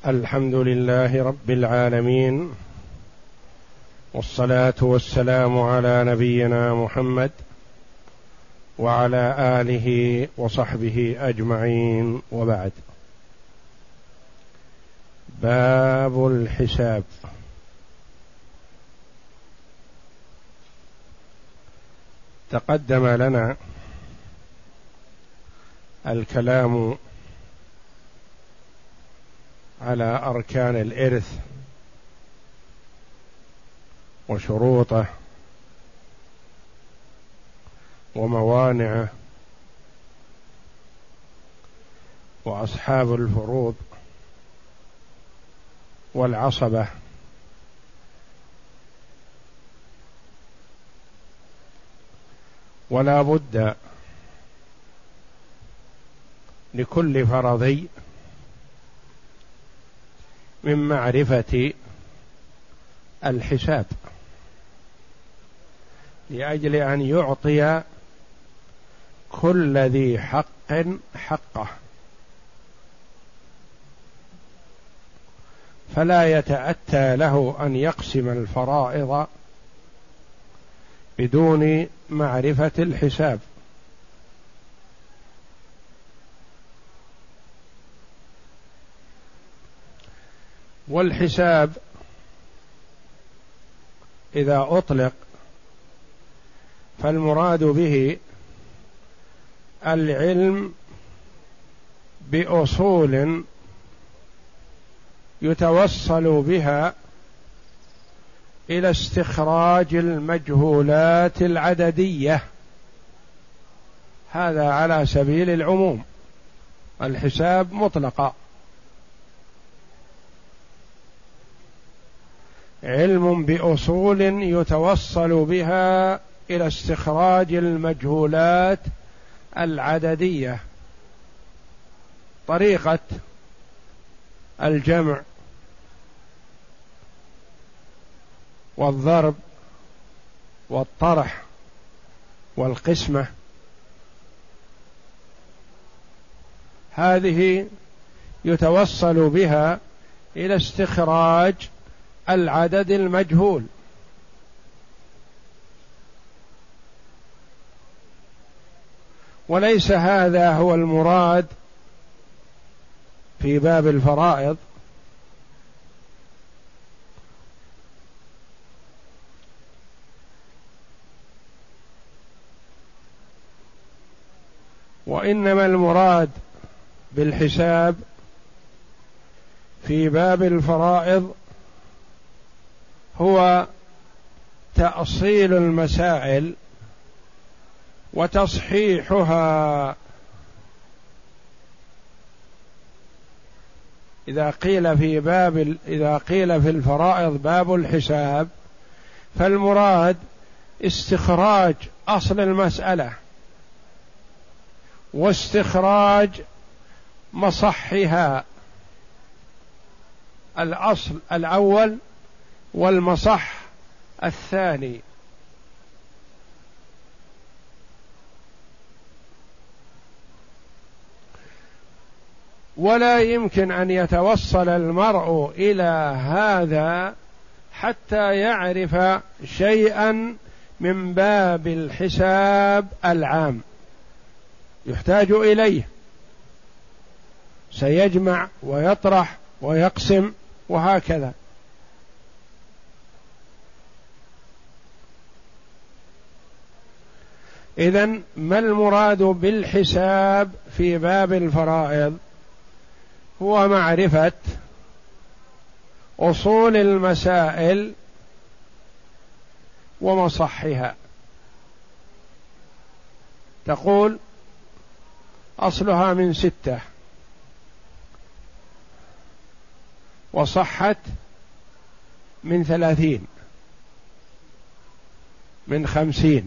الحمد لله رب العالمين، والصلاة والسلام على نبينا محمد وعلى آله وصحبه أجمعين، وبعد. باب الحساب. تقدم لنا الكلام على أركان الإرث وشروطه وموانعه وأصحاب الفروض والعصبة، ولا بد لكل فرضي من معرفة الحساب لأجل أن يعطي كل ذي حق حقه، فلا يتأتى له أن يقسم الفرائض بدون معرفة الحساب. والحساب إذا أطلق فالمراد به العلم بأصول يتوصل بها إلى استخراج المجهولات العددية، هذا على سبيل العموم، الحساب مطلقا. علم بأصول يتوصل بها إلى استخراج المجهولات العددية، طريقة الجمع والضرب والطرح والقسمة، هذه يتوصل بها إلى استخراج العدد المجهول. وليس هذا هو المراد في باب الفرائض، وإنما المراد بالحساب في باب الفرائض هو تأصيل المسائل وتصحيحها. إذا قيل في الفرائض باب الحساب، فالمراد استخراج أصل المسألة واستخراج مصحها، الأصل الأول والمصح الثاني. ولا يمكن أن يتوصل المرء إلى هذا حتى يعرف شيئا من باب الحساب العام، يحتاج إليه، سيجمع ويطرح ويقسم وهكذا. إذن ما المراد بالحساب في باب الفرائض؟ هو معرفة أصول المسائل ومصحها. تقول أصلها من 6 وصحت من 30 من 50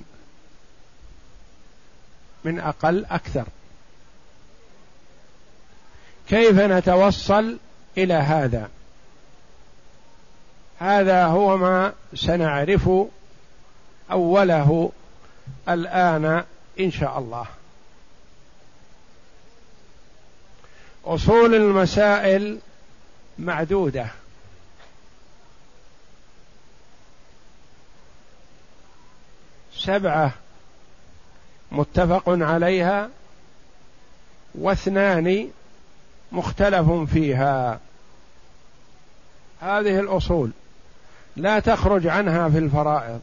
من أقل أكثر. كيف نتوصل إلى هذا؟ هذا هو ما سنعرف أوله الآن إن شاء الله. أصول المسائل معدودة، سبعة متفق عليها واثنان مختلف فيها. هذه الأصول لا تخرج عنها في الفرائض.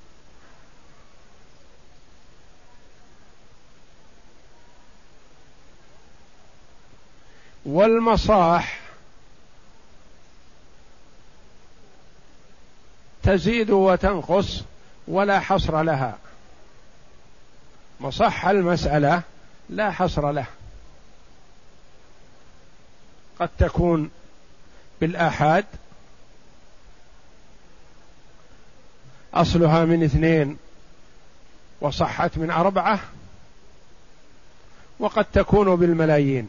والمصاح تزيد وتنقص ولا حصر لها، مصح المسألة لا حصر له، قد تكون بالآحاد أصلها من 2 وصحت من 4، وقد تكون بالملايين.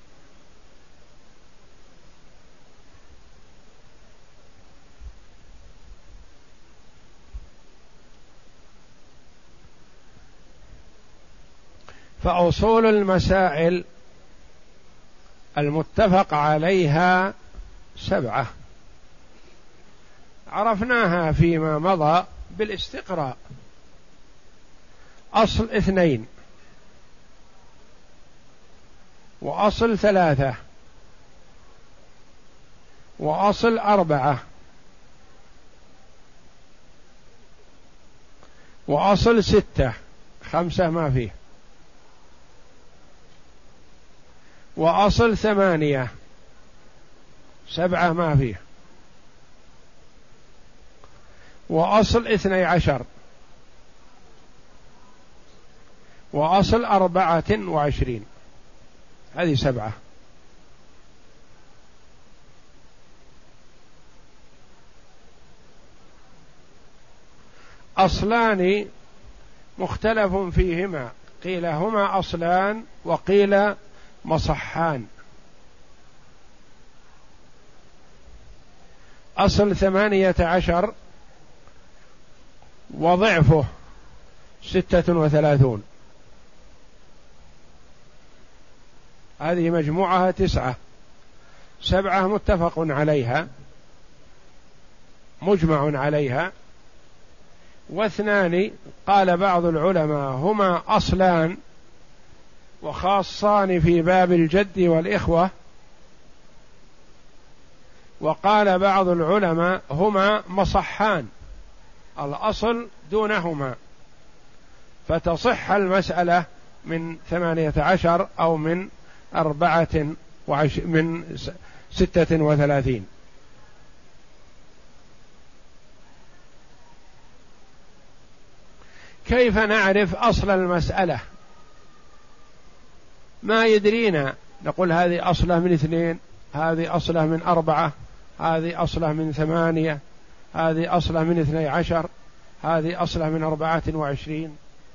فأصول المسائل المتفق عليها 7 عرفناها فيما مضى بالاستقراء. أصل 2 وأصل 3 وأصل 4 وأصل 6، 5 ما فيه، وأصل 8، 7 ما فيه، وأصل 12، وأصل 24. هذه 7. أصلان مختلف فيهما، قيل هما أصلان وقيل مصحان. أصل 18 وضعفه 36، هذه مجموعها 9، 7 متفق عليها مجمع عليها، واثنان قال بعض العلماء هما أصلان وخاصان في باب الجد والإخوة، وقال بعض العلماء هما مصحان، الأصل دونهما، فتصح المسألة من 18 أو من 36. كيف نعرف أصل المسألة؟ ما يدرينا، نقول هذه أصله من 2، هذه أصله من 4، هذه أصله من 8، هذه أصله من 12، هذه أصله من 24.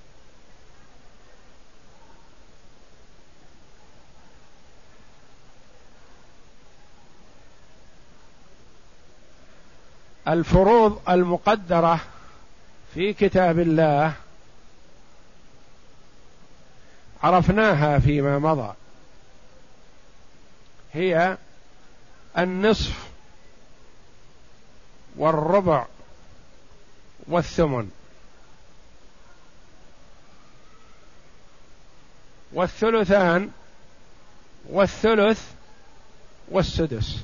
الفروض المقدرة في كتاب الله عرفناها فيما مضى، هي النصف والربع والثمن والثلثان والثلث والسدس.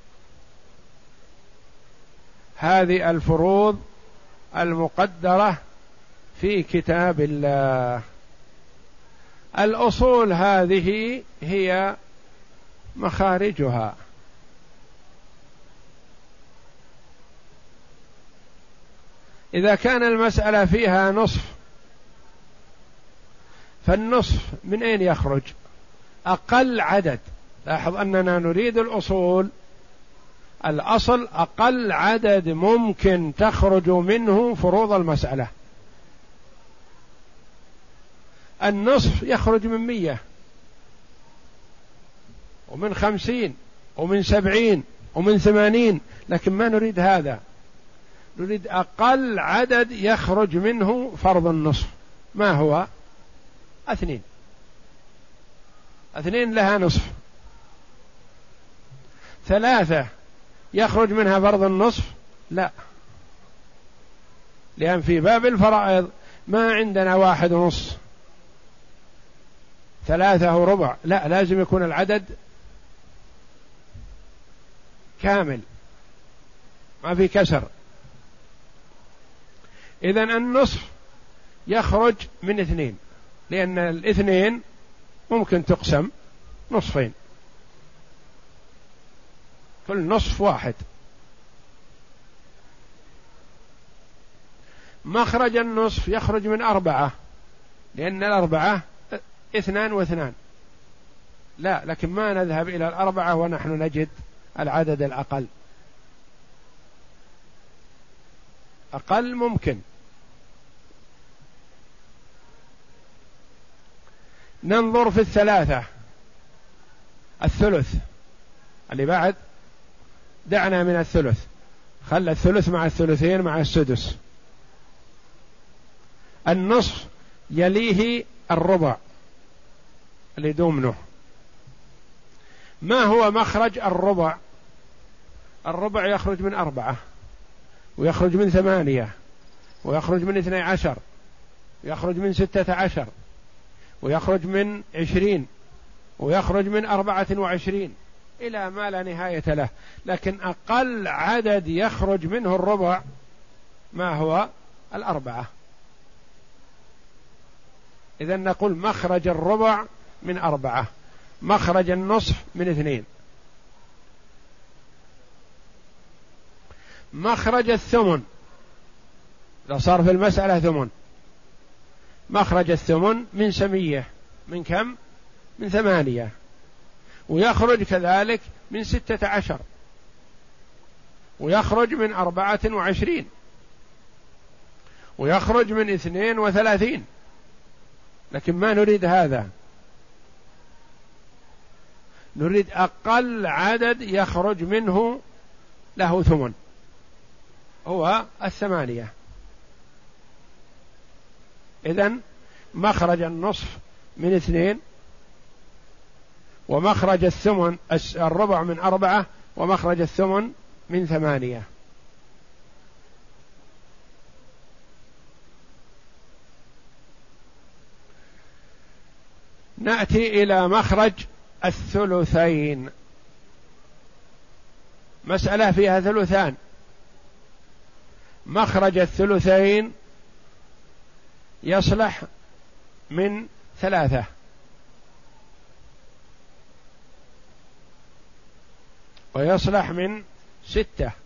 هذه الفروض المقدرة في كتاب الله. الأصول هذه هي مخارجها. إذا كان المسألة فيها نصف، فالنصف من أين يخرج؟ أقل عدد. لاحظ أننا نريد الأصول، الأصل أقل عدد ممكن تخرج منه فروض المسألة. النصف يخرج من 100 ومن 50 ومن 70 ومن 80، لكن ما نريد هذا، نريد أقل عدد يخرج منه فرض النصف. ما هو؟ 2 لها نصف، 3 يخرج منها فرض النصف؟ لا، لأن في باب الفرائض ما عندنا 1.5 3 وربع، لا، لازم يكون العدد كامل ما في كسر. إذن النصف يخرج من 2، لأن 2 ممكن تقسم نصفين، كل نصف 1. مخرج النصف يخرج من 4، لأن 4 2 و2، لا، لكن ما نذهب إلى 4 ونحن نجد العدد الأقل، أقل ممكن. ننظر في 3 الثلث اللي بعد، دعنا من الثلث، خلى الثلث مع الثلثين مع السدس. النصف يليه الربع اللي دومنه. ما هو مخرج الربع؟ الربع يخرج من 4 ويخرج من 8 ويخرج من 12 ويخرج من 16 ويخرج من 20 ويخرج من 24 إلى ما لا نهاية له، لكن أقل عدد يخرج منه الربع ما هو 4. إذن نقول مخرج الربع من 4، مخرج النصف من 2. مخرج الثمن، لو صار في المسألة ثمن، مخرج الثمن من سمية، من كم؟ من 8، ويخرج كذلك من 16، ويخرج من 24، ويخرج من 32، لكن ما نريد هذا، نريد أقل عدد يخرج منه له ثمن هو 8. إذن مخرج النصف من 2، ومخرج الثمن الربع من 4، ومخرج الثمن من 8. نأتي إلى مخرج الثلثين، مسألة فيها ثلثان. مخرج الثلثين يصلح من 3، ويصلح من 6،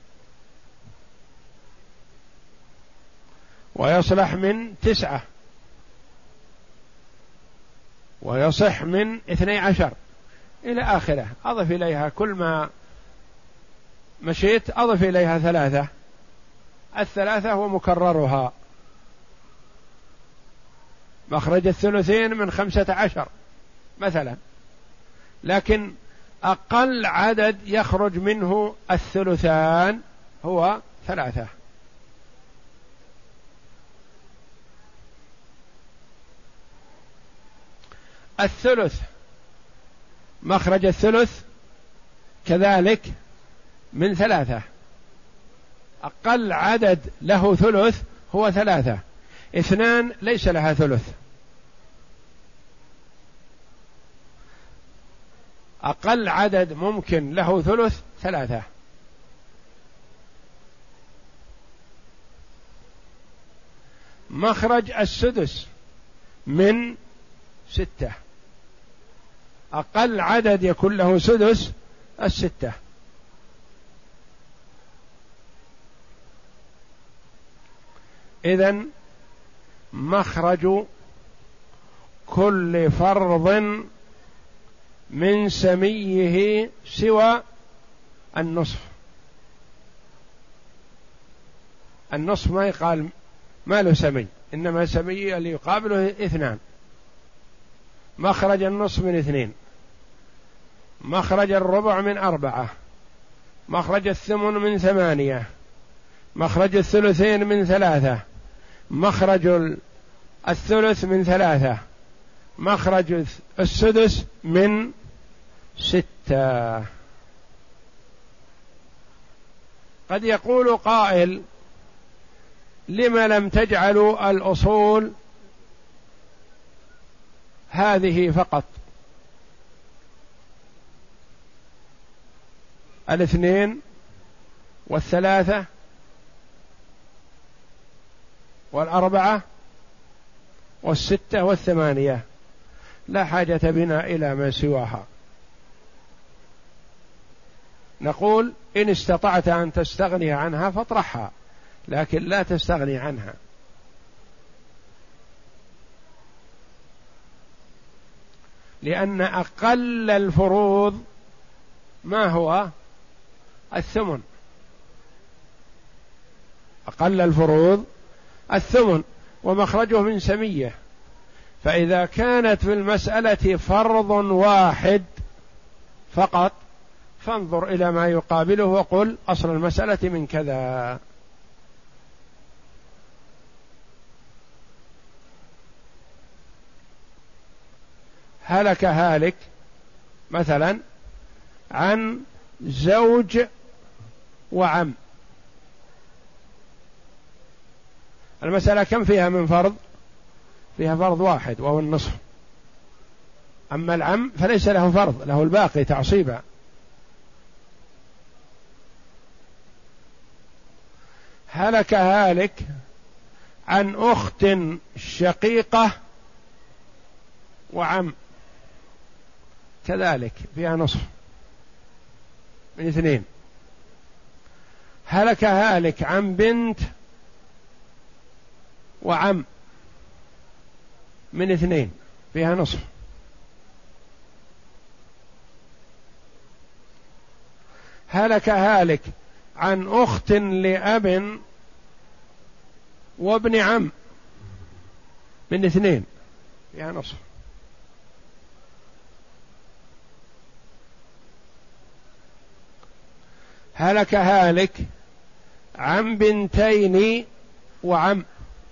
ويصلح من 9، ويصح من 12 إلى آخره. أضف إليها كل ما مشيت أضف إليها 3، 3 هو مكررها. مخرج الثلثين من 15 مثلا، لكن أقل عدد يخرج منه الثلثان هو 3. الثلث، مخرج الثلث كذلك من 3، أقل عدد له ثلث هو 3، 2 ليس لها ثلث، أقل عدد ممكن له ثلث 3. مخرج السدس من 6، أقل عدد يكون له سدس 6. إذن مخرج كل فرض من سميه سوى النصف. النصف ما يقال ما له سمي، إنما سمي اللي يقابله 2. مخرج النصف من 2، مخرج الربع من 4، مخرج الثمن من 8، مخرج الثلثين من 3، مخرج الثلث من 3، مخرج السدس من 6. قد يقول قائل: لم لم تجعلوا الأصول هذه فقط، 2 و3 و4 و6 و8، لا حاجة بنا إلى ما سواها. نقول: إن استطعت أن تستغني عنها فاطرحها، لكن لا تستغني عنها. لأن أقل الفروض ما هو؟ الثمن. أقل الفروض الثمن، ومخرجه من سمية. فإذا كانت في المسألة فرض واحد فقط فانظر إلى ما يقابله وقل: أصل المسألة من كذا. هلك هالك مثلا عن زوج وعم، المسألة كم فيها من فرض؟ فيها فرض واحد وهو النصف. أما العم فليس له فرض، له الباقي تعصيبا. هلك هالك عن أخت شقيقة وعم، كذلك فيها نصف من 2. هلك هالك عن بنت وعم من 2، فيها نصف. هلك هالك عن أخت لأب وابن عم من 2، فيها نصف. هلك هالك عن بنتين وعم،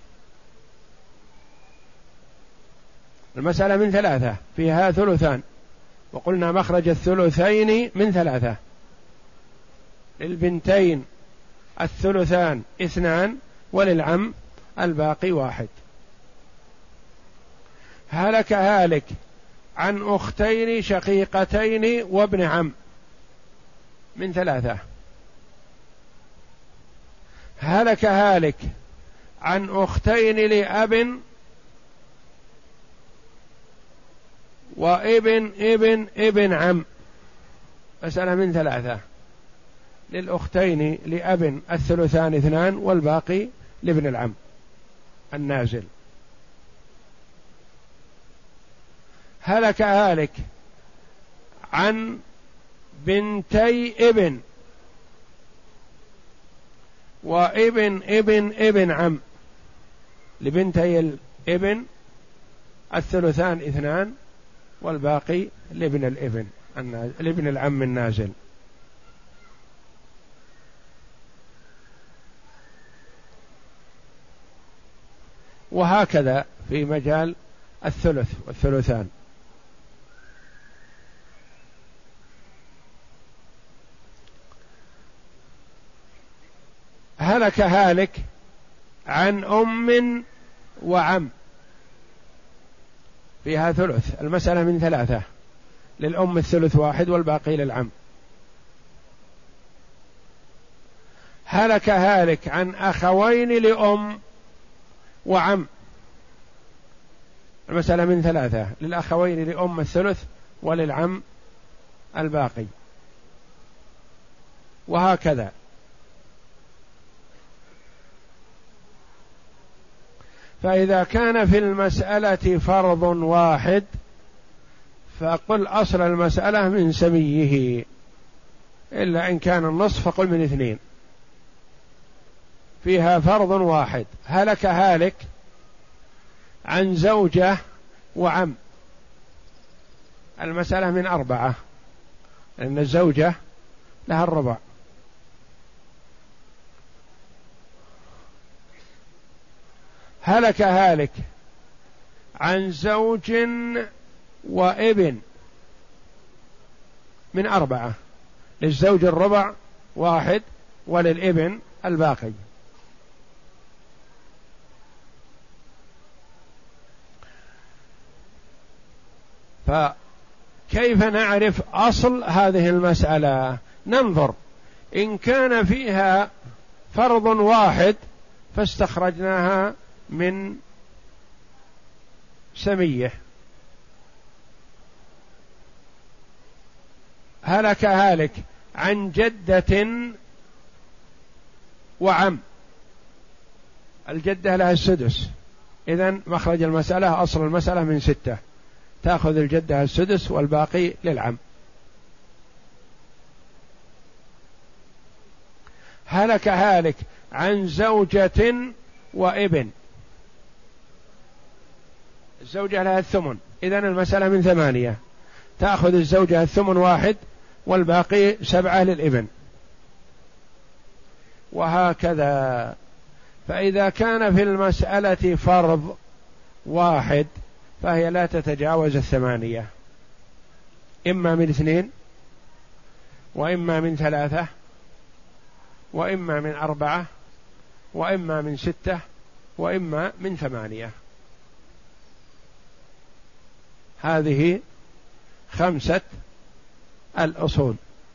المسألة من 3 فيها ثلثان، وقلنا مخرج الثلثين من 3. للبنتين الثلثان 2 وللعم الباقي 1. هلك هالك عن أختين شقيقتين وابن عم من 3. هلك هالك عن أختين لأب وابن ابن عم، مسألة من 3. للأختين لأب الثلثان 2 والباقي لابن العم النازل. هلك هالك عن بنتي ابن وابن ابن عم، لبنتي الابن الثلثان 2 والباقي لابن العم النازل. وهكذا في مجال الثلث والثلثان. هلك هالك عن أم وعم، فيها ثلث، المسألة من 3. للأم الثلث 1 والباقي للعم. هلك هالك عن أخوين لأم وعم، المسألة من 3. للأخوين لأم الثلث وللعم الباقي، وهكذا. فإذا كان في المسألة فرض واحد فقل أصل المسألة من سميه، إلا إن كان النصف فقل من 2. فيها فرض واحد. هلك هالك عن زوجة وعم، المسألة من 4، لأن الزوجة لها الربع. هلك هالك عن زوج وابن من 4، للزوج الربع 1 وللابن الباقي. فكيف نعرف أصل هذه المسألة؟ ننظر إن كان فيها فرض واحد فاستخرجناها من سميه. هلك هالك عن جدة وعم، الجدة لها السدس، إذن مخرج المسألة أصل المسألة من 6، تأخذ الجدة السدس والباقي للعم. هلك هالك عن زوجة وابن، الزوجة لها الثمن، إذن المسألة من 8، تأخذ الزوجة الثمن 1 والباقي 7 للابن، وهكذا. فإذا كان في المسألة فرض واحد فهي لا تتجاوز 8، إما من 2 وإما من 3 وإما من 4 وإما من 6 وإما من 8. هذه 5 الأصول.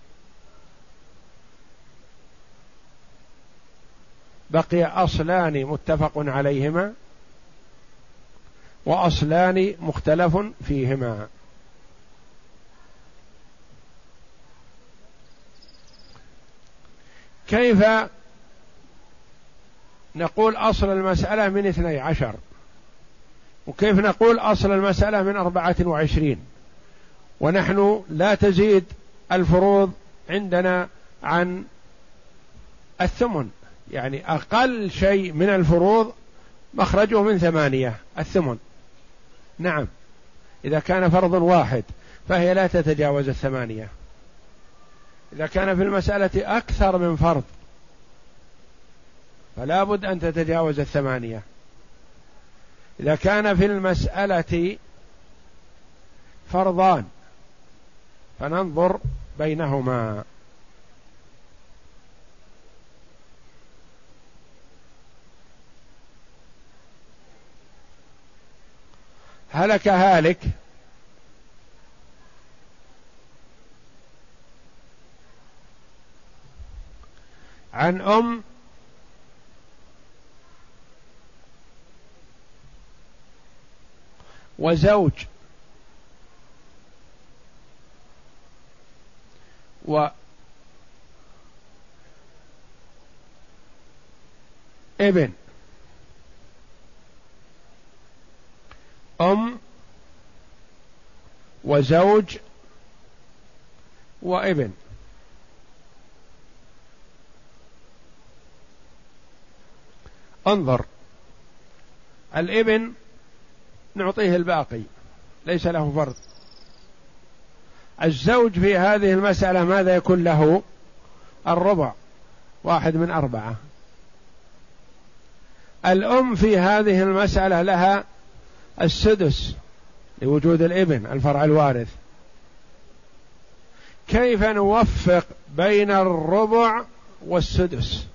بقي أصلان متفق عليهما وأصلان مختلف فيهما. كيف نقول أصل المسألة من 12 وكيف نقول أصل المسألة من 24 ونحن لا تزيد الفروض عندنا عن الثمن؟ يعني أقل شيء من الفروض مخرجه من 8 الثمن. نعم، إذا كان فرض واحد فهي لا تتجاوز 8. إذا كان في المسألة أكثر من فرض فلا بد أن تتجاوز 8. إذا كان في المسألة فرضان فننظر بينهما. هلك هالك عن أم وزوج وابن، أم وزوج وابن. انظر، الابن نعطيه الباقي ليس له فرض. الزوج في هذه المسألة ماذا يكون له؟ الربع، 1/4. الأم في هذه المسألة لها السدس لوجود الابن الفرع الوارث. كيف نوفق بين الربع والسدس؟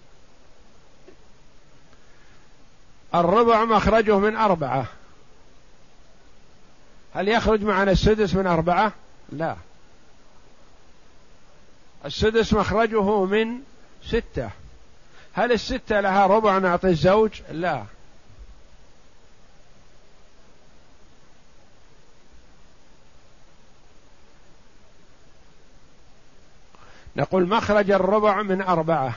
الربع مخرجه من 4، هل يخرج معنا السدس من 4؟ لا، السدس مخرجه من 6. هل 6 لها ربع نعطي الزوج؟ لا. نقول مخرج الربع من 4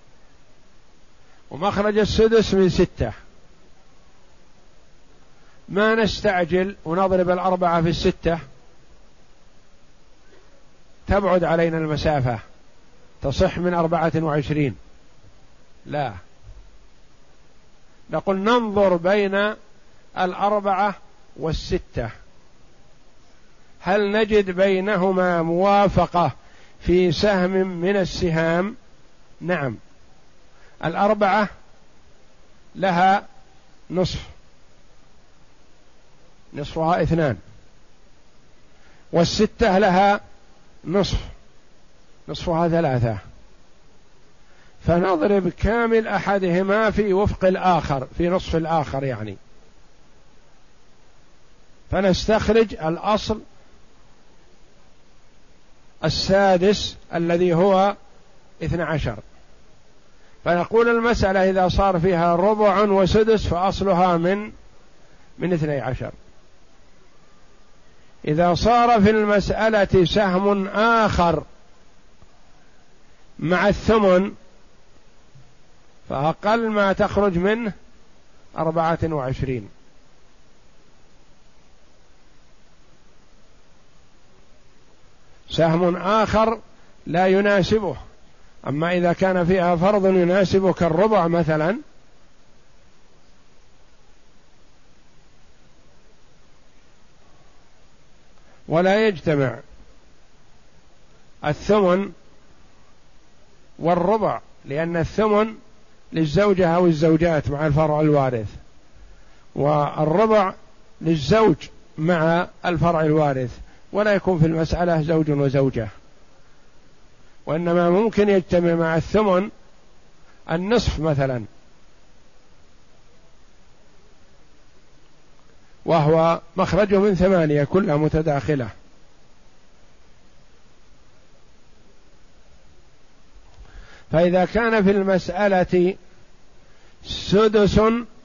ومخرج السدس من 6. ما نستعجل ونضرب 4 في 6، تبعد علينا المسافة، تصح من 24. لا، نقول ننظر بين 4 و6، هل نجد بينهما موافقة في سهم من السهام؟ نعم، 4 لها نصفها 2، وال6 لها نصفها 3. فنضرب كامل أحدهما في وفق الآخر، في نصف الآخر يعني، فنستخرج الأصل السادس الذي هو 12. فنقول المسألة إذا صار فيها ربع وسدس فأصلها من 12. إذا صار في المسألة سهم آخر مع الثمن فأقل ما تخرج منه 24. سهم آخر لا يناسبه، أما إذا كان فيها فرض يناسبه كالربع مثلا ولا يجتمع الثمن والربع، لأن الثمن للزوجة أو الزوجات مع الفرع الوارث، والربع للزوج مع الفرع الوارث، ولا يكون في المسألة زوج وزوجة، وإنما ممكن يجتمع مع الثمن النصف مثلا، وهو مخرجه من 8 كلها متداخلة. فإذا كان في المسألة سدس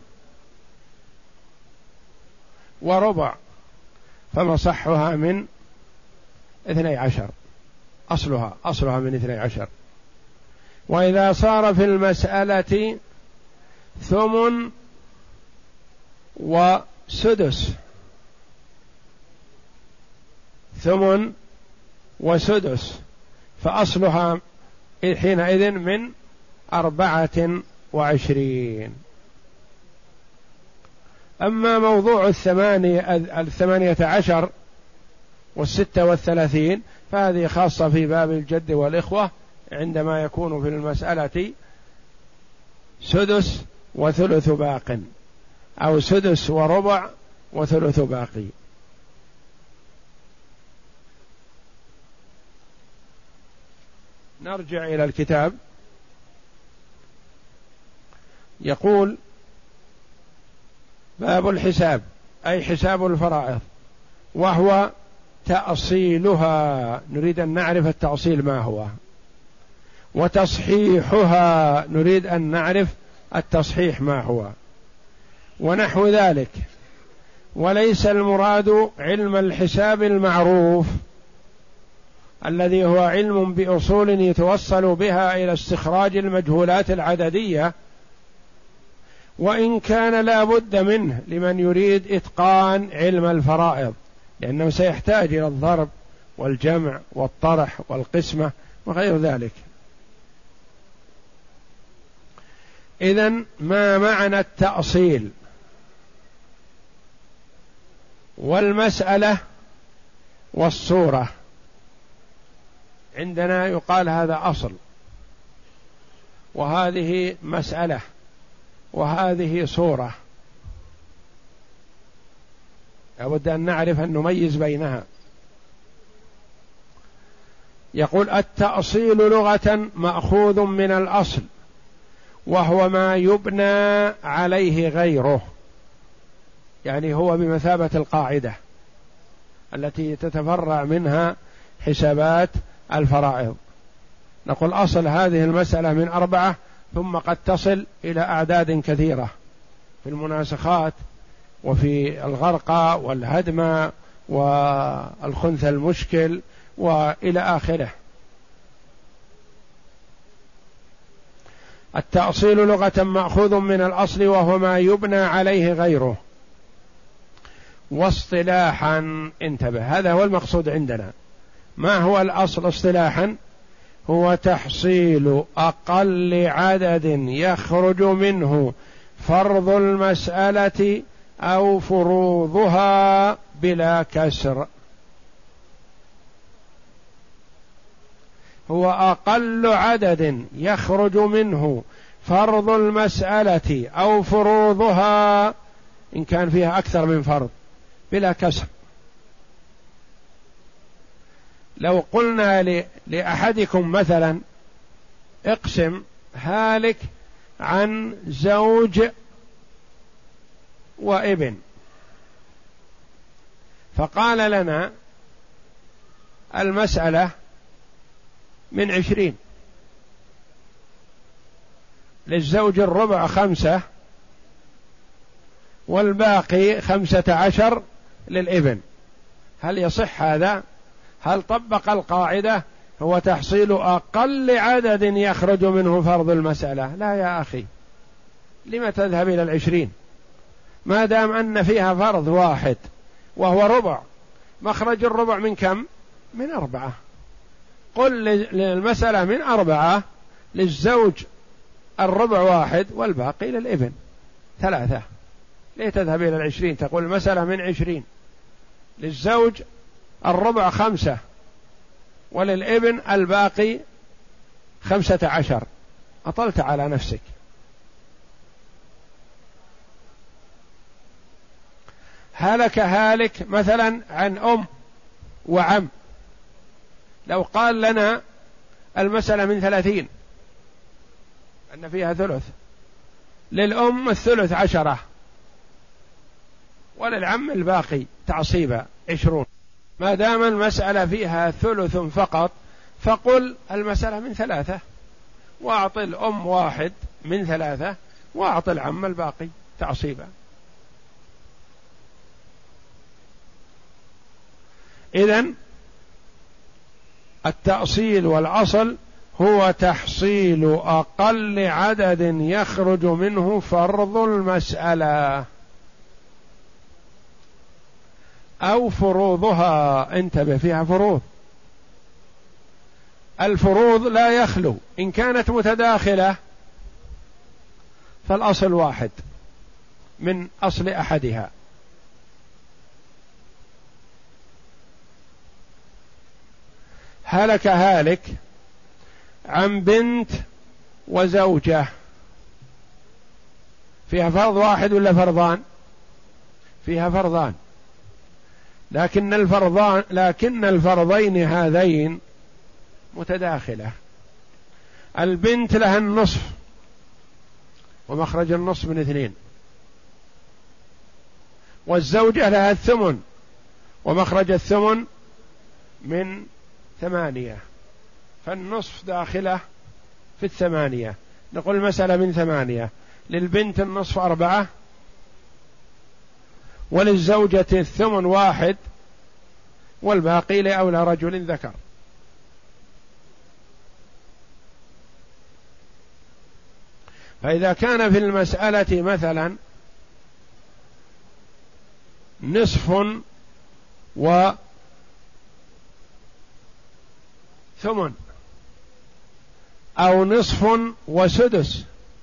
وربع فمصحها من 12، أصلها من 12. وإذا صار في المسألة ثمن وسدس، ثمن وسدس فأصلها حينئذ من 24. أما موضوع 18 و36 فهذه خاصة في باب الجد والإخوة، عندما يكون في المسألة سدس وثلث باق، أو سدس وربع وثلث باقي. نرجع إلى الكتاب. يقول: باب الحساب، أي حساب الفرائض، وهو تأصيلها، نريد أن نعرف التأصيل ما هو، وتصحيحها، نريد أن نعرف التصحيح ما هو، ونحو ذلك. وليس المراد علم الحساب المعروف الذي هو علم بأصول يتوصل بها إلى استخراج المجهولات العددية، وإن كان لا بد منه لمن يريد إتقان علم الفرائض، لأنه سيحتاج إلى الضرب والجمع والطرح والقسمة وغير ذلك. إذن ما معنى التأصيل؟ والمسألة والصورة عندنا يقال هذا أصل، وهذه مسألة، وهذه صورة، لابد أن نعرف أن نميز بينها. يقول: التأصيل لغة مأخوذ من الأصل، وهو ما يبنى عليه غيره، يعني هو بمثابة القاعدة التي تتفرع منها حسابات الفرائض. نقول أصل هذه المسألة من 4، ثم قد تصل إلى أعداد كثيرة في المناسخات وفي الغرقى والهدم والخنث المشكل وإلى آخره. التأصيل لغة مأخوذ من الأصل، وهو ما يبنى عليه غيره. واصطلاحا، انتبه، هذا هو المقصود عندنا. ما هو الأصل اصطلاحا؟ هو تحصيل أقل عدد يخرج منه فرض المسألة أو فروضها بلا كسر. هو أقل عدد يخرج منه فرض المسألة أو فروضها، إن كان فيها أكثر من فرض، بلا كسر. لو قلنا لأحدكم مثلا: اقسم هالك عن زوج وابن، فقال لنا المسألة من 20، للزوج الربع 5 والباقي 15 للابن. هل يصح هذا؟ هل طبق القاعدة هو تحصيل أقل عدد يخرج منه فرض المسألة؟ لا يا أخي، لم تذهب إلى 20 ما دام أن فيها فرض واحد وهو ربع؟ مخرج الربع من كم؟ من 4. قل للمسألة من 4، للزوج الربع 1 والباقي للابن 3. ليه تذهب إلى 20؟ تقول المسألة من 20، للزوج الربع 5 وللابن الباقي 15. أطلت على نفسك. هلك هالك مثلا عن أم وعم، لو قال لنا المسألة من 30 أن فيها ثلث، للأم الثلث 10 وللعم الباقي تعصيبا 20، ما دام المسألة فيها ثلث فقط فقل المسألة من 3 وأعطي الأم 1 من 3 وأعطي العم الباقي تعصيبا. إذن التأصيل والأصل هو تحصيل أقل عدد يخرج منه فرض المسألة أو فروضها. انتبه، فيها فروض. الفروض لا يخلو، إن كانت متداخلة فالأصل واحد من أصل أحدها. هلك هالك عن بنت وزوجة، فيها فرض واحد ولا فرضان؟ فيها فرضان، لكن الفرضين هذين متداخلة. البنت لها النصف ومخرج النصف من 2، والزوجة لها الثمن ومخرج الثمن من 8، فالنصف داخلة في 8. نقول المسألة من 8، للبنت النصف 4 وللزوجة الثمن 1 والباقي لأولى رجل ذكر. فإذا كان في المسألة مثلا نصف وثمن أو نصف وسدس،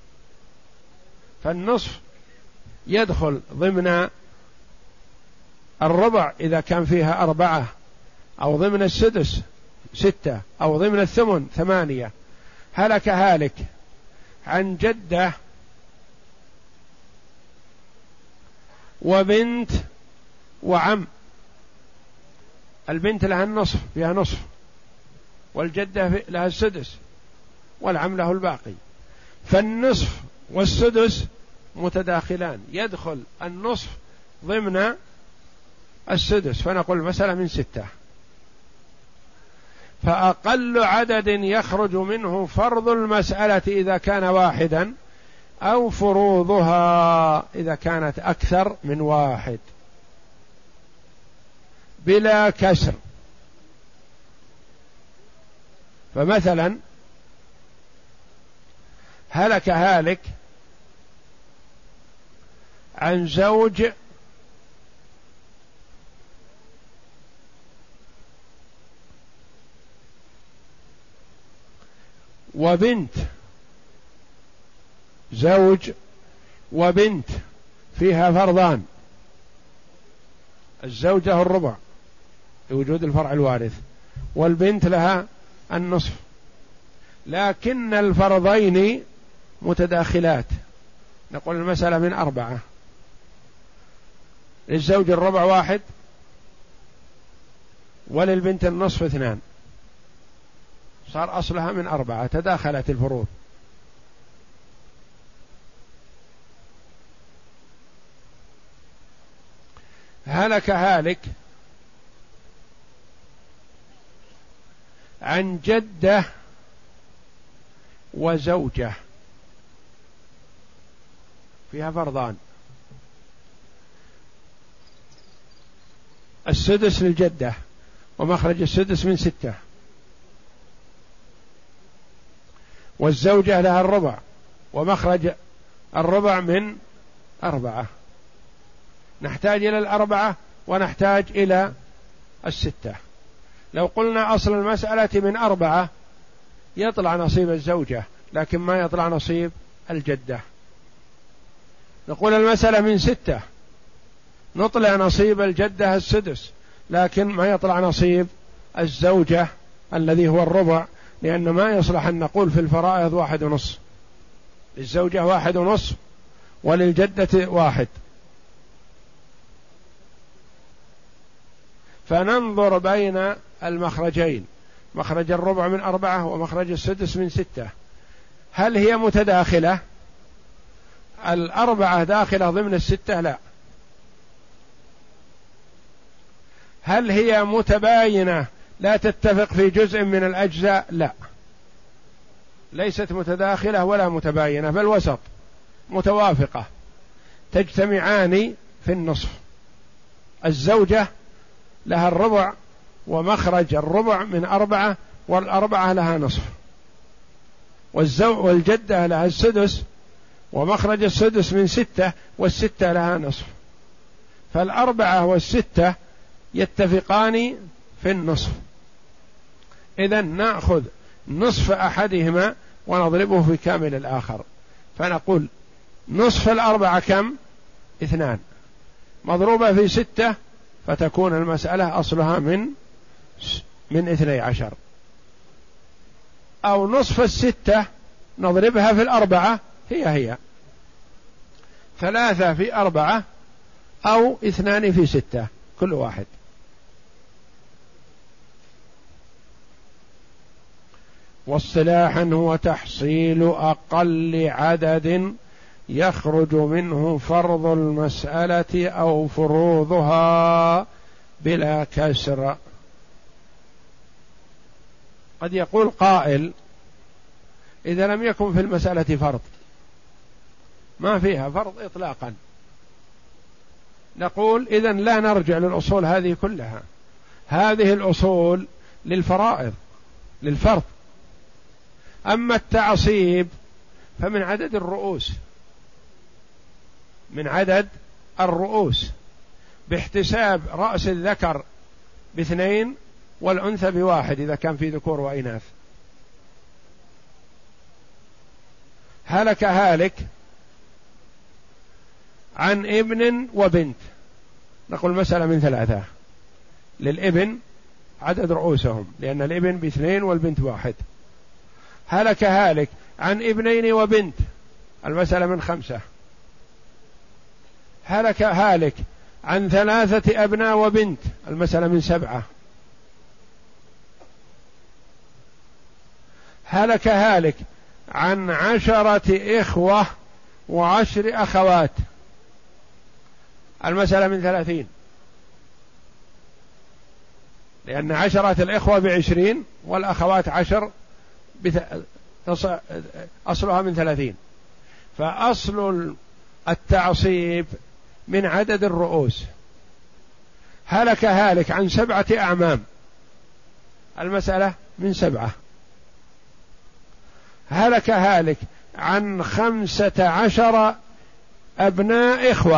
فالنصف يدخل ضمن الربع إذا كان فيها 4، أو ضمن السدس 6، أو ضمن الثمن 8. هلك هالك عن جدة وبنت وعم، البنت لها النصف، فيها نصف، والجدة لها السدس والعم له الباقي، فالنصف والسدس متداخلان، يدخل النصف ضمن السدس، فنقول المسألة من 6. فأقل عدد يخرج منه فرض المسألة إذا كان واحدا، أو فروضها إذا كانت أكثر من 1 بلا كسر. فمثلا هلك هالك عن زوج وبنت، زوج وبنت فيها فرضان، الزوجة الربع لوجود الفرع الوارث، والبنت لها النصف، لكن الفرضين متداخلات. نقول المسألة من 4، للزوج الربع 1 وللبنت النصف 2، صار أصلها من 4، تداخلت الفروض. هلك هالك عن جدة وزوجة، فيها فرضان: السدس للجدة ومخرج السدس من 6، والزوجة لها الربع ومخرج الربع من 4. نحتاج إلى 4 ونحتاج إلى 6. لو قلنا أصل المسألة من 4 يطلع نصيب الزوجة، لكن ما يطلع نصيب الجدة. نقول المسألة من 6 نطلع نصيب الجدة السدس، لكن ما يطلع نصيب الزوجة الذي هو الربع، لأن ما يصلح أن نقول في الفرائض 1.5، للزوجة 1.5 وللجدة 1. فننظر بين المخرجين، مخرج الربع من 4 ومخرج السدس من 6، هل هي متداخلة؟ 4 داخلة ضمن 6؟ لا. هل هي متباينة لا تتفق في جزء من الأجزاء؟ لا، ليست متداخلة ولا متباينة، بل وسط متوافقة، تجتمعان في النصف. الزوجة لها الربع ومخرج الربع من 4، والأربعة لها نصف، والجدة لها السدس ومخرج السدس من 6، وال6 لها نصف، فال4 وال6 يتفقان في النصف. إذن نأخذ نصف أحدهما ونضربه في كامل الآخر، فنقول نصف 4 كم؟ 2 مضروبة في 6، فتكون المسألة أصلها من 12. أو نصف 6 نضربها في 4، هي 3 في 4 أو 2 في 6 كل واحد. واصطلاحا هو تحصيل أقل عدد يخرج منه فرض المسألة أو فروضها بلا كسر. قد يقول قائل: إذا لم يكن في المسألة فرض، ما فيها فرض إطلاقا، نقول إذن لا نرجع للأصول هذه كلها، هذه الأصول للفرائض للفرض. أما التعصيب فمن عدد الرؤوس، من عدد الرؤوس، باحتساب رأس الذكر ب2 والأنثى ب1 إذا كان في ذكور وإناث. هلك هالك عن ابن وبنت، نقول مسألة من 3. للابن عدد رؤوسهم، لأن الابن ب2 والبنت 1. هلك هالك عن 2 وبنت، المسألة من 5. هلك هالك عن 3 أبناء وبنت، المسألة من 7. هلك هالك عن 10 إخوة و10 أخوات، المسألة من 30، لأن 10 الإخوة ب20 والأخوات 10 أصلها من 30. فأصل التعصيب من عدد الرؤوس. هلك هالك عن 7 أعمام، المسألة من 7. هلك هالك عن 15 أبناء إخوة،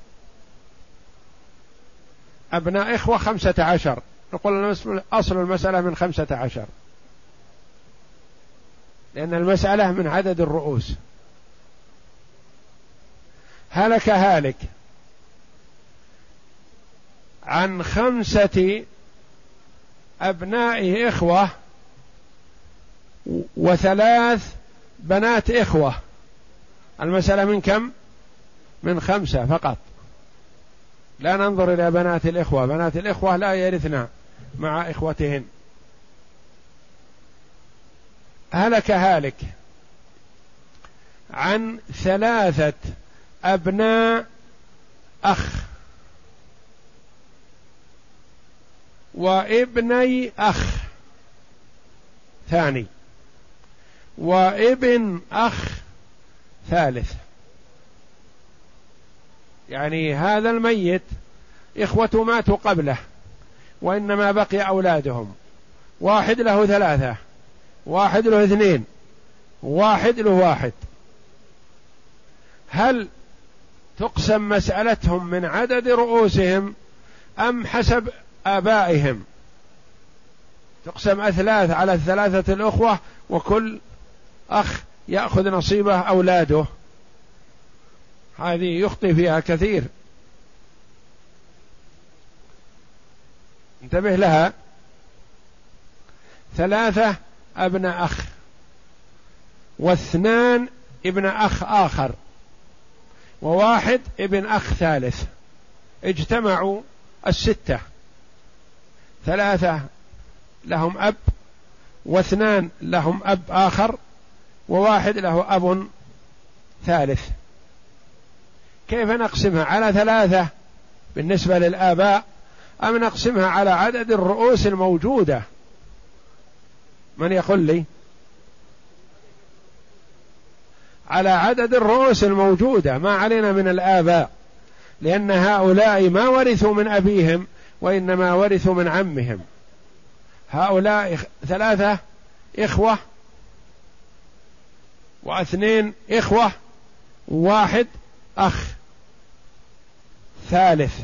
أبناء إخوة 15، نقول أصل المسألة من 15، لأن المسألة من عدد الرؤوس. هلك هالك عن 5 أبناء إخوة و3 بنات إخوة، المسألة من كم؟ من 5 فقط. لا ننظر إلى بنات الإخوة، بنات الإخوة لا يرثن مع إخوتهن. هلك هالك عن 3 أبناء أخ، وابني أخ ثاني وابن أخ ثالث. يعني هذا الميت إخوة ماتوا قبله وإنما بقي أولادهم، واحد له 3، واحد له 2، واحد له 1. هل تقسم مسألتهم من عدد رؤوسهم أم حسب آبائهم؟ تقسم 3 على 3 الأخوة وكل أخ يأخذ نصيبه أولاده. هذه يخطئ فيها كثير، انتبه لها. 3 ابن أخ و2 ابن أخ آخر و1 ابن أخ ثالث، اجتمعوا 6. 3 لهم أب و2 لهم أب آخر و1 له أب ثالث. كيف نقسمها؟ على 3 بالنسبة للآباء أم نقسمها على عدد الرؤوس الموجودة؟ من يقول لي؟ على عدد الرؤوس الموجودة، ما علينا من الآباء، لأن هؤلاء ما ورثوا من أبيهم وإنما ورثوا من عمهم. هؤلاء 3 إخوة و2 إخوة و1 أخ ثالث.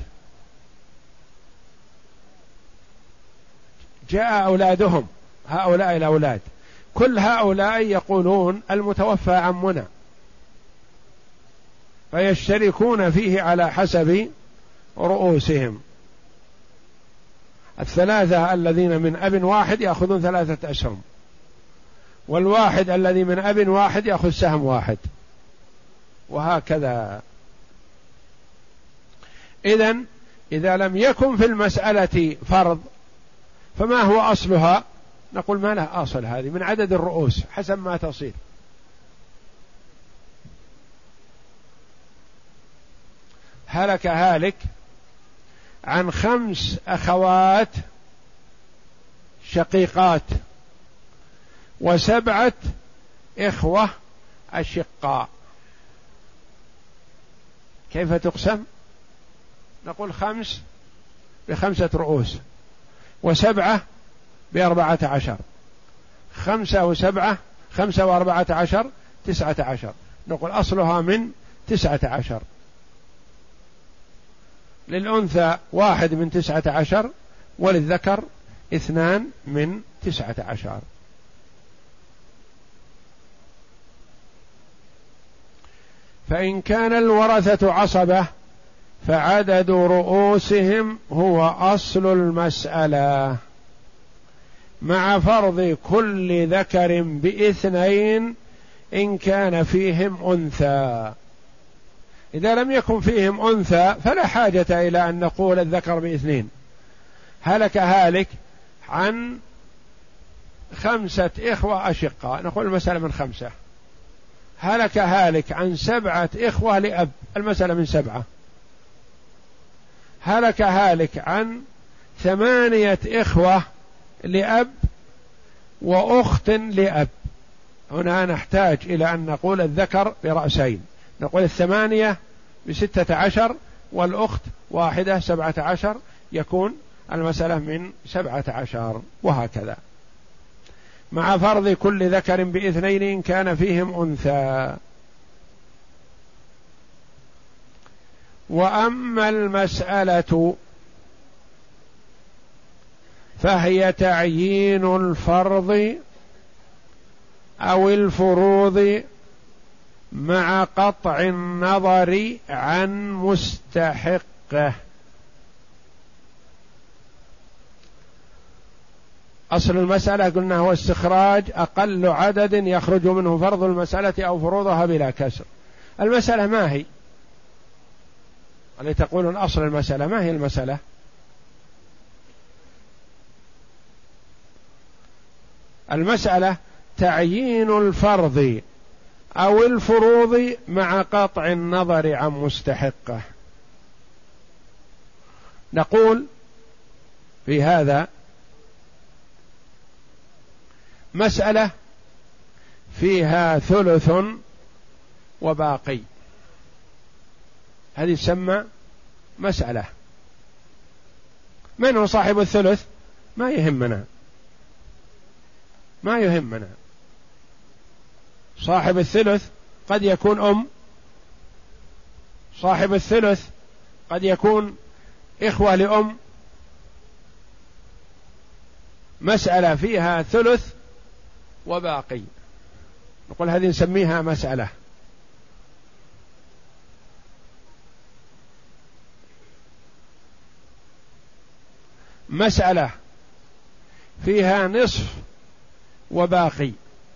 جاء أولادهم، هؤلاء الأولاد كل هؤلاء يقولون المتوفى عمنا، فيشتركون فيه على حسب رؤوسهم. 3 الذين من أب واحد يأخذون 3 أسهم، والواحد الذي من أب واحد يأخذ سهم واحد، وهكذا. إذن إذا لم يكن في المسألة فرض فما هو أصلها؟ نقول ما له أصل، هذه من عدد الرؤوس حسب ما تصير. هلك هالك عن 5 أخوات شقيقات و7 إخوة أشقاء. كيف تقسم؟ نقول 5 ب5 رؤوس و7 ب14، 5 و7 5 و14 19. نقول أصلها من 19. للأنثى 1 من 19 وللذكر 2 من 19. فإن كان الورثة عصبة فعدد رؤوسهم هو أصل المسألة، مع فرض كل ذكر ب2 إن كان فيهم أنثى. إذا لم يكن فيهم أنثى فلا حاجة إلى أن نقول الذكر ب2. هلك هالك عن 5 إخوة أشقاء، نقول المسألة من 5. هلك هالك عن 7 إخوة لأب، المسألة من 7. هلك هالك عن 8 إخوة لأب وأخت لأب. هنا نحتاج إلى أن نقول الذكر برأسين، نقول 8 ب16 والأخت 1 17، يكون المسألة من 17، وهكذا مع فرض كل ذكر ب2 إن كان فيهم أنثى. وأما المسألة فهي تعيين الفرض أو الفروض مع قطع النظر عن مستحقه. أصل المسألة قلنا هو استخراج أقل عدد يخرج منه فرض المسألة أو فروضها بلا كسر. المسألة ما هي؟ اللي تقولون أصل المسألة، ما هي المسألة؟ المسألة تعيين الفرض أو الفروض مع قطع النظر عن مستحقه. نقول في هذا مسألة فيها ثلث وباقي، هذه تسمى مسألة. من هو صاحب الثلث؟ ما يهمنا. صاحب الثلث قد يكون صاحب الثلث قد يكون إخوة لأم. مسألة فيها ثلث وباقي، نقول هذه نسميها مسألة. مسألة فيها نصف وباقي،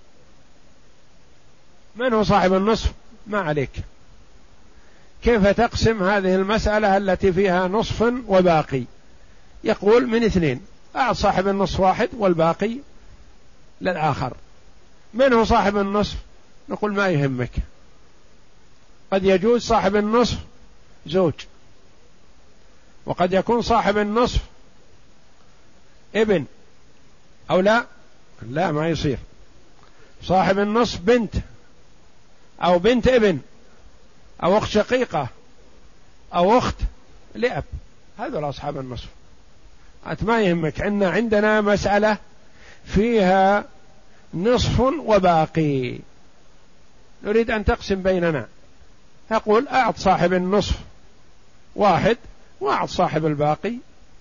من هو صاحب النصف؟ ما عليك. كيف تقسم هذه المسألة التي فيها نصف وباقي؟ يقول من اثنين، أعط صاحب النصف واحد والباقي للآخر. من هو صاحب النصف؟ نقول ما يهمك. قد يجوز صاحب النصف زوج، وقد يكون صاحب النصف ابن، أو لا ما يصير. صاحب النصف بنت، أو بنت ابن، أو أخت شقيقة، أو أخت لأب، هذول أصحاب النصف. أنت ما يهمك. عندنا مسألة فيها نصف وباقي، نريد أن تقسم بيننا. تقول أعط صاحب النصف واحد، وأعط صاحب الباقي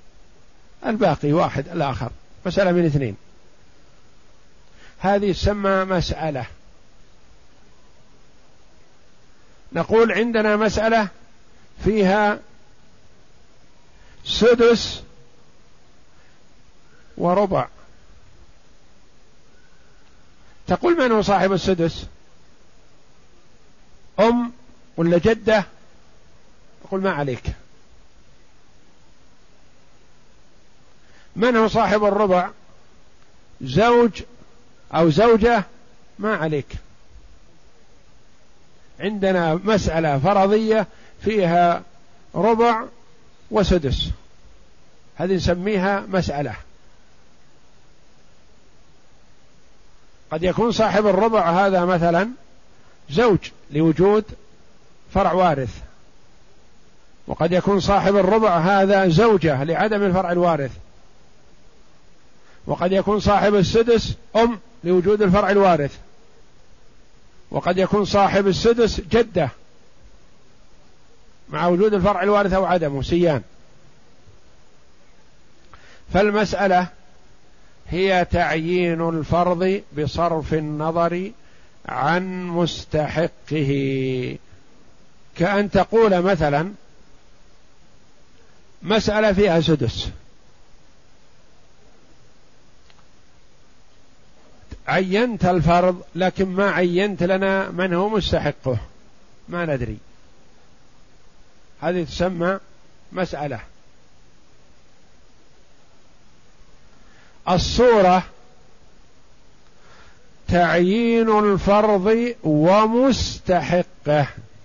واحد الآخر. مسألة من اثنين، هذه تسمى مسألة. نقول عندنا مسألة فيها سدس وربع. تقول من هو صاحب السدس؟ أم ولا جدة؟ تقول ما عليك. من هو صاحب الربع؟ زوج أو زوجة؟ ما عليك. عندنا مسألة فرضية فيها ربع وسدس، هذه نسميها مسألة. قد يكون صاحب الربع هذا مثلا زوج لوجود فرع وارث، وقد يكون صاحب الربع هذا زوجة لعدم الفرع الوارث، وقد يكون صاحب السدس أم لوجود الفرع الوارث، وقد يكون صاحب السدس جدة مع وجود الفرع الوارث أو عدمه سيان. فالمسألة هي تعيين الفرض بصرف النظر عن مستحقه. كأن تقول مثلا مسألة فيها سدس، عينت الفرض لكن ما عينت لنا من هو مستحقه، ما ندري، هذه تسمى مسألة. الصورة تعيين الفرض ومستحقه.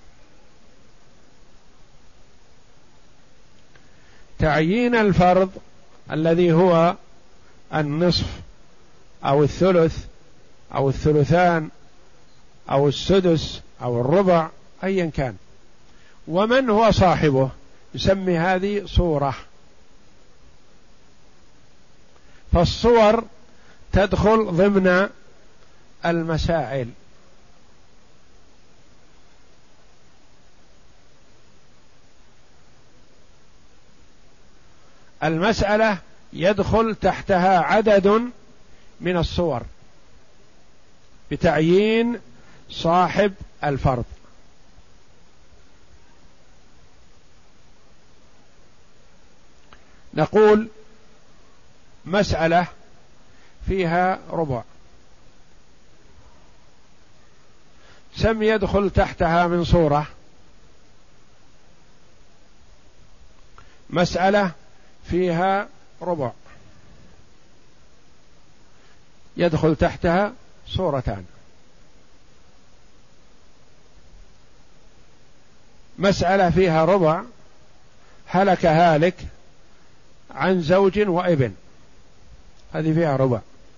تعيين الفرض الذي هو النصف أو الثلث أو الثلثان أو السدس أو الربع أيا كان، ومن هو صاحبه، يسمي هذه صورة. فالصور تدخل ضمن المسائل. المسألة يدخل تحتها عدد من الصور بتعيين صاحب الفرض. نقول مسألة فيها ربع، سم يدخل تحتها من صورة. مسألة فيها ربع يدخل تحتها صورتان. مسألة فيها ربع، هلك هالك عن زوج وابن، هذه فيها ربع.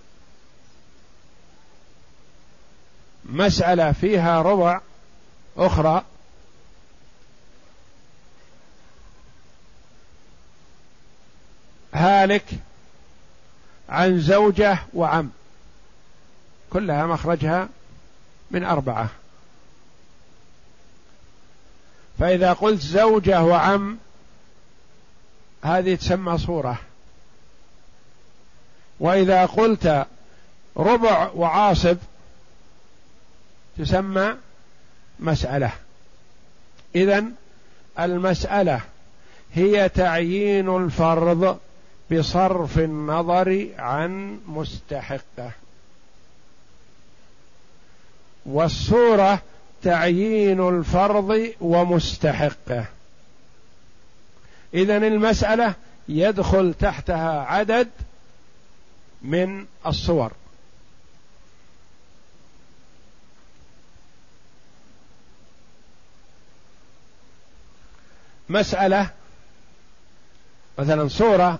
مسألة فيها ربع أخرى هالك عن زوجة وعم، كلها مخرجها من 4. فإذا قلت زوجة وعم هذه تسمى صورة، وإذا قلت ربع وعاصب تسمى مسألة. إذن المسألة هي تعيين الفرض بصرف النظر عن مستحقه، والصورة تعيين الفرض ومستحقه. إذن المسألة يدخل تحتها عدد من الصور. مسألة مثلا صورة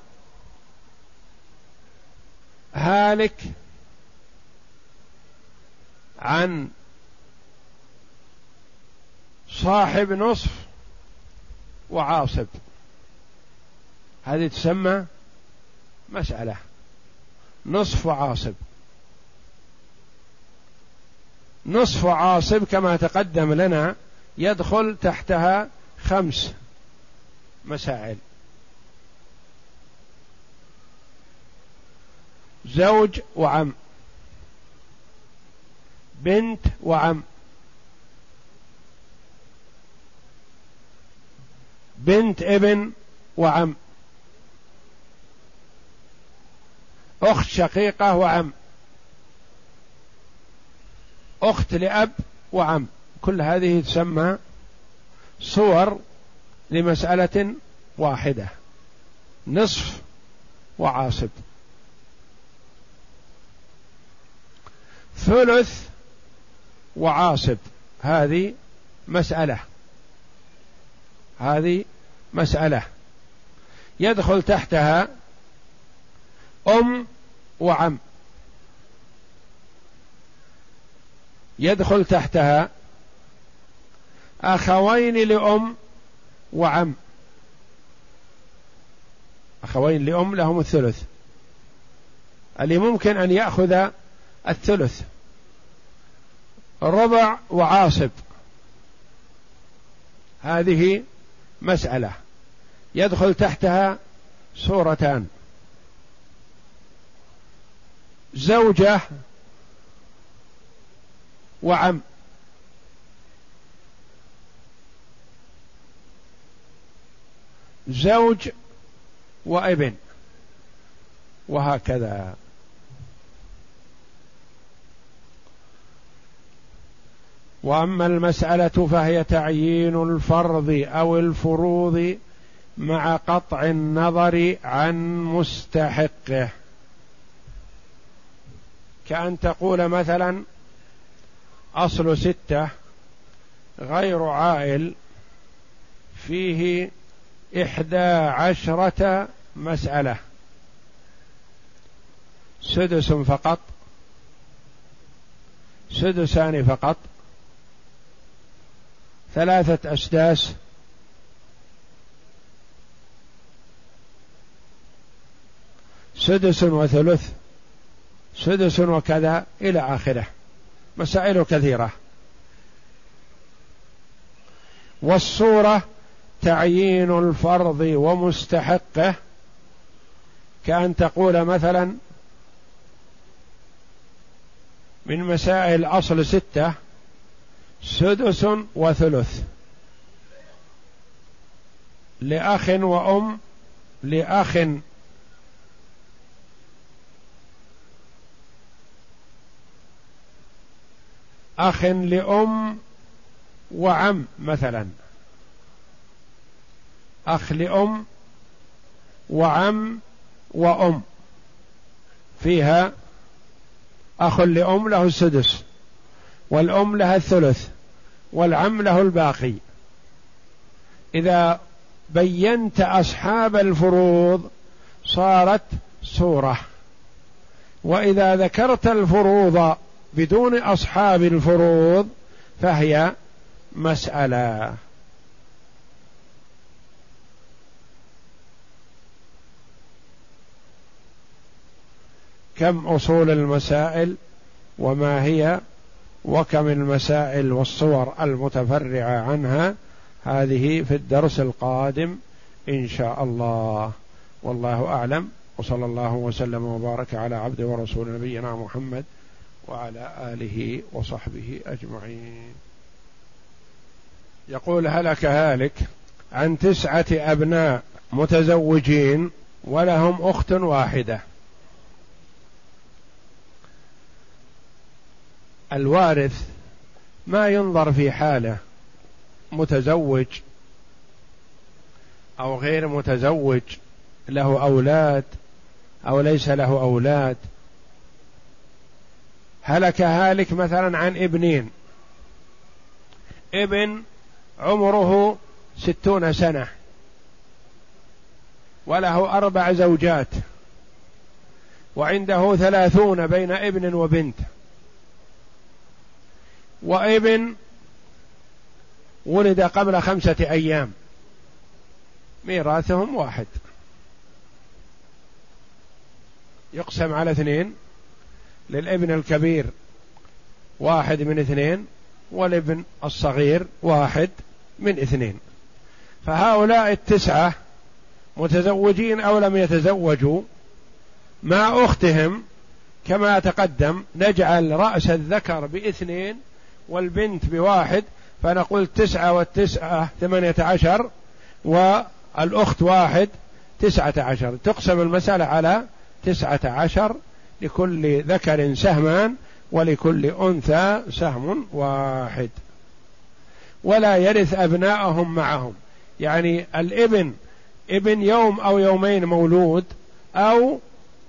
هالك عن صاحب نصف وعاصب، هذه تسمى مسألة. نصف وعاصب، نصف وعاصب كما تقدم لنا يدخل تحتها 5 مسائل: زوج وعم، بنت وعم، بنت ابن وعم، أخت شقيقة وعم، أخت لأب وعم. كل هذه تسمى صور لمسألة واحدة: نصف وعاصب. ثلث وعاصب هذه مسألة، هذه مسألة يدخل تحتها أم وعم، يدخل تحتها أخوين لأم وعم. أخوين لأم لهم الثلث، اللي ممكن أن يأخذ الثلث. ربع وعاصب هذه مسألة يدخل تحتها صورتان: زوجة وعم، زوج وابن، وهكذا. وأما المسألة فهي تعيين الفرض أو الفروض مع قطع النظر عن مستحقه، كأن تقول مثلا: أصل 6 غير عائل فيه 11 مسألة، 6 فقط، 6 فقط، 3 أسداس، 6 وثلث، 6 وكذا إلى آخره، مسائل كثيرة. والصورة تعيين الفرض ومستحقه، كأن تقول مثلا: من مسائل أصل 6 سدس وثلث لأخ وأم، أخ لأم وعم مثلا، أخ لأم وعم وأم، فيها أخ لأم له السدس، والأم لها الثلث، والعم له الباقي. إذا بينت أصحاب الفروض صارت سورة. وإذا ذكرت الفروض بدون أصحاب الفروض فهي مسألة. كم أصول المسائل وما هي، وكم المسائل والصور المتفرعة عنها، هذه في الدرس القادم إن شاء الله. والله أعلم، وصلى الله وسلم وبارك على عبده ورسول نبينا محمد وعلى آله وصحبه أجمعين. يقول: هلك هالك عن 9 أبناء متزوجين ولهم أخت واحدة. الوارث ما ينظر في حاله، متزوج أو غير متزوج، له أولاد أو ليس له أولاد. هلك هالك مثلا عن ابنين، ابن عمره 60 سنة وله 4 زوجات، وعنده 30 بين ابن وبنت، وابن ولد قبل 5 أيام، ميراثهم واحد، يقسم على 2، للابن الكبير 1 من 2 والابن الصغير 1 من 2. فهؤلاء 9 متزوجين أو لم يتزوجوا مع أختهم كما تقدم، نجعل رأس الذكر ب2 والبنت ب1، فنقول 9 و9 18 والأخت 1 19. تقسم المسألة على 19، لكل ذكر سهمان ولكل أنثى سهم واحد. ولا يرث أبناءهم معهم، يعني الابن ابن يوم أو يومين مولود، أو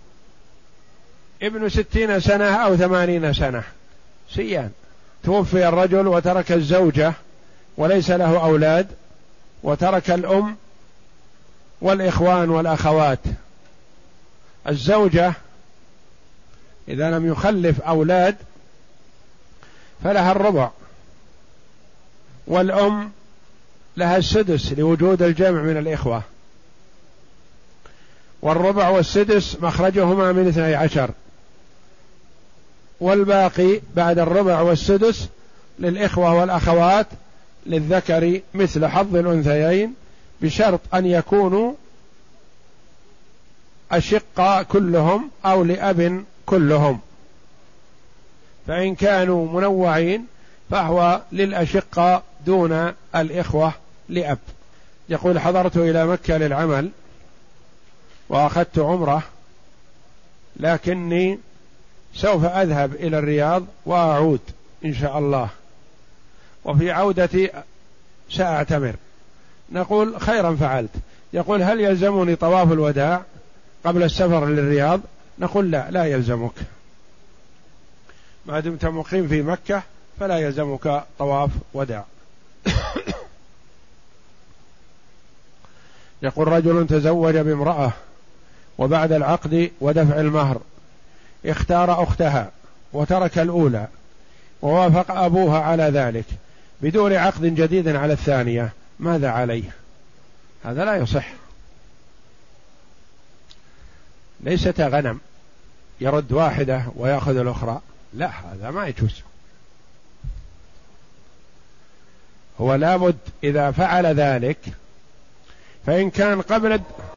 ابن 60 سنة أو 80 سنة سيان، توفي الرجل وترك الزوجة وليس له أولاد، وترك الأم والإخوان والأخوات. الزوجة إذا لم يخلف أولاد فلها الربع، والأم لها السدس لوجود الجمع من الإخوة، والربع والسدس مخرجهما من 12، والباقي بعد الربع والسدس للإخوة والأخوات للذكر مثل حظ الأنثيين، بشرط أن يكونوا أشقاء كلهم أو لأب كلهم. فإن كانوا منوعين فهو للأشقاء دون الإخوة لأب. يقول: حضرت إلى مكة للعمل وأخذت عمرة، لكني سوف أذهب إلى الرياض وأعود إن شاء الله، وفي عودتي سأعتمر. نقول: خيرا فعلت. يقول: هل يلزمني طواف الوداع قبل السفر للرياض؟ نقول: لا يلزمك، ما دمت مقيم في مكة فلا يلزمك طواف وداع. يقول: رجل تزوج بامرأة وبعد العقد ودفع المهر اختار أختها وترك الأولى، ووافق أبوها على ذلك بدون عقد جديد على الثانية، ماذا عليه؟ هذا لا يصح، ليست غنم يرد واحدة ويأخذ الأخرى، لا، هذا ما يجوز. هو لابد إذا فعل ذلك، فإن كان قبل